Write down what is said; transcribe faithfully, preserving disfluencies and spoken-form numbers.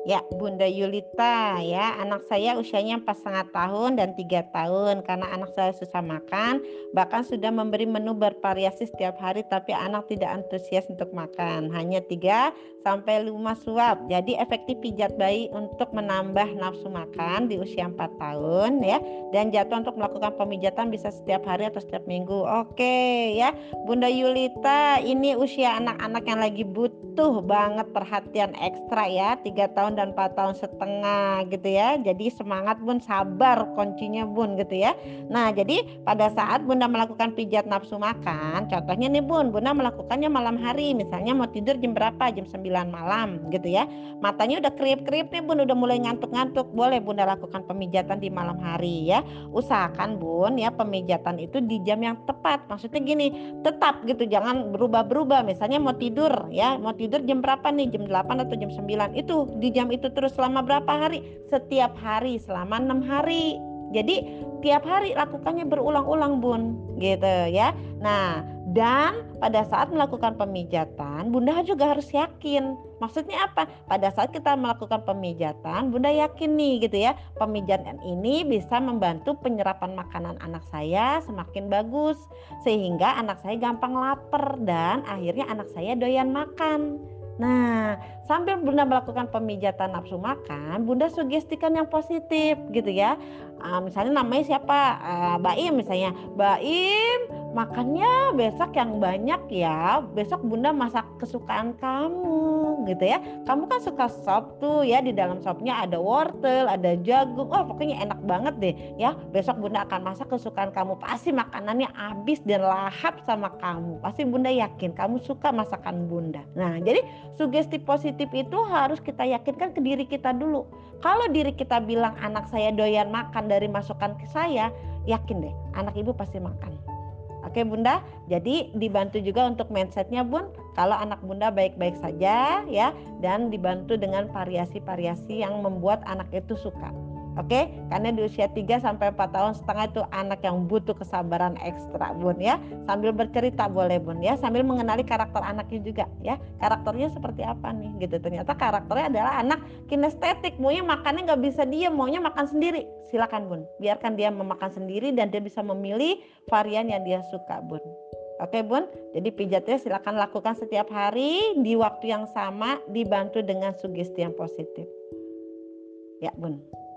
Ya, Bunda Yulita ya, anak saya usianya empat setengah tahun dan tiga tahun. Karena anak saya susah makan, bahkan sudah memberi menu bervariasi setiap hari, tapi anak tidak antusias untuk makan. Hanya tiga sampai lima suap. Jadi efektif pijat bayi untuk menambah nafsu makan di usia empat tahun ya. Dan jadwal untuk melakukan pemijatan bisa setiap hari atau setiap minggu. Oke ya, Bunda Yulita, ini usia anak-anak yang lagi butuh banget perhatian ekstra ya, tiga tahun dan empat tahun setengah gitu ya. Jadi semangat Bun, sabar kuncinya Bun gitu ya. Nah, jadi pada saat Bunda melakukan pijat nafsu makan, contohnya nih Bun, Bunda melakukannya malam hari, misalnya mau tidur jam berapa? Jam sembilan malam gitu ya. Matanya udah kriip-kriip nih Bun, udah mulai ngantuk-ngantuk, boleh Bunda lakukan pemijatan di malam hari ya. Usahakan Bun ya, pemijatan itu di jam yang tepat. Maksudnya gini, tetap gitu, jangan berubah-berubah. Misalnya mau tidur ya, mau tidur jam berapa nih? Jam delapan atau jam sembilan, itu di jam itu terus selama berapa hari? Setiap hari selama enam hari. Jadi tiap hari lakukannya berulang-ulang Bun gitu ya. Nah, dan pada saat melakukan pemijatan Bunda juga harus yakin. Maksudnya apa? Pada saat kita melakukan pemijatan, Bunda yakin nih gitu ya, pemijatan ini bisa membantu penyerapan makanan anak saya semakin bagus, sehingga anak saya gampang lapar dan akhirnya anak saya doyan makan. Nah, sambil Bunda melakukan pemijatan nafsu makan, Bunda sugestikan yang positif gitu ya. Uh, misalnya namanya siapa? Uh, Baim misalnya. Baim, makannya besok yang banyak ya. Besok Bunda masak kesukaan kamu gitu ya. Kamu kan suka sop tuh ya, di dalam sopnya ada wortel, ada jagung. Oh, pokoknya enak banget deh ya. Besok Bunda akan masak kesukaan kamu. Pasti makanannya habis dan lahap sama kamu. Pasti Bunda yakin kamu suka masakan Bunda. Nah, jadi sugesti positif itu harus kita yakinkan ke diri kita dulu. Kalau diri kita bilang anak saya doyan makan dari masukan ke saya, yakin deh anak ibu pasti makan. Oke Bunda, jadi dibantu juga untuk mindsetnya Bun, kalau anak Bunda baik-baik saja ya, dan dibantu dengan variasi-variasi yang membuat anak itu suka. Oke, karena di usia tiga sampai empat tahun setengah itu anak yang butuh kesabaran ekstra Bun ya. Sambil bercerita boleh Bun ya, sambil mengenali karakter anaknya juga ya. Karakternya seperti apa nih gitu. Ternyata karakternya adalah anak kinestetik, maunya makannya nggak bisa diam, maunya makan sendiri. Silakan Bun, biarkan dia memakan sendiri dan dia bisa memilih varian yang dia suka Bun. Oke Bun, jadi pijatnya silakan lakukan setiap hari di waktu yang sama, dibantu dengan sugesti yang positif. Ya Bun.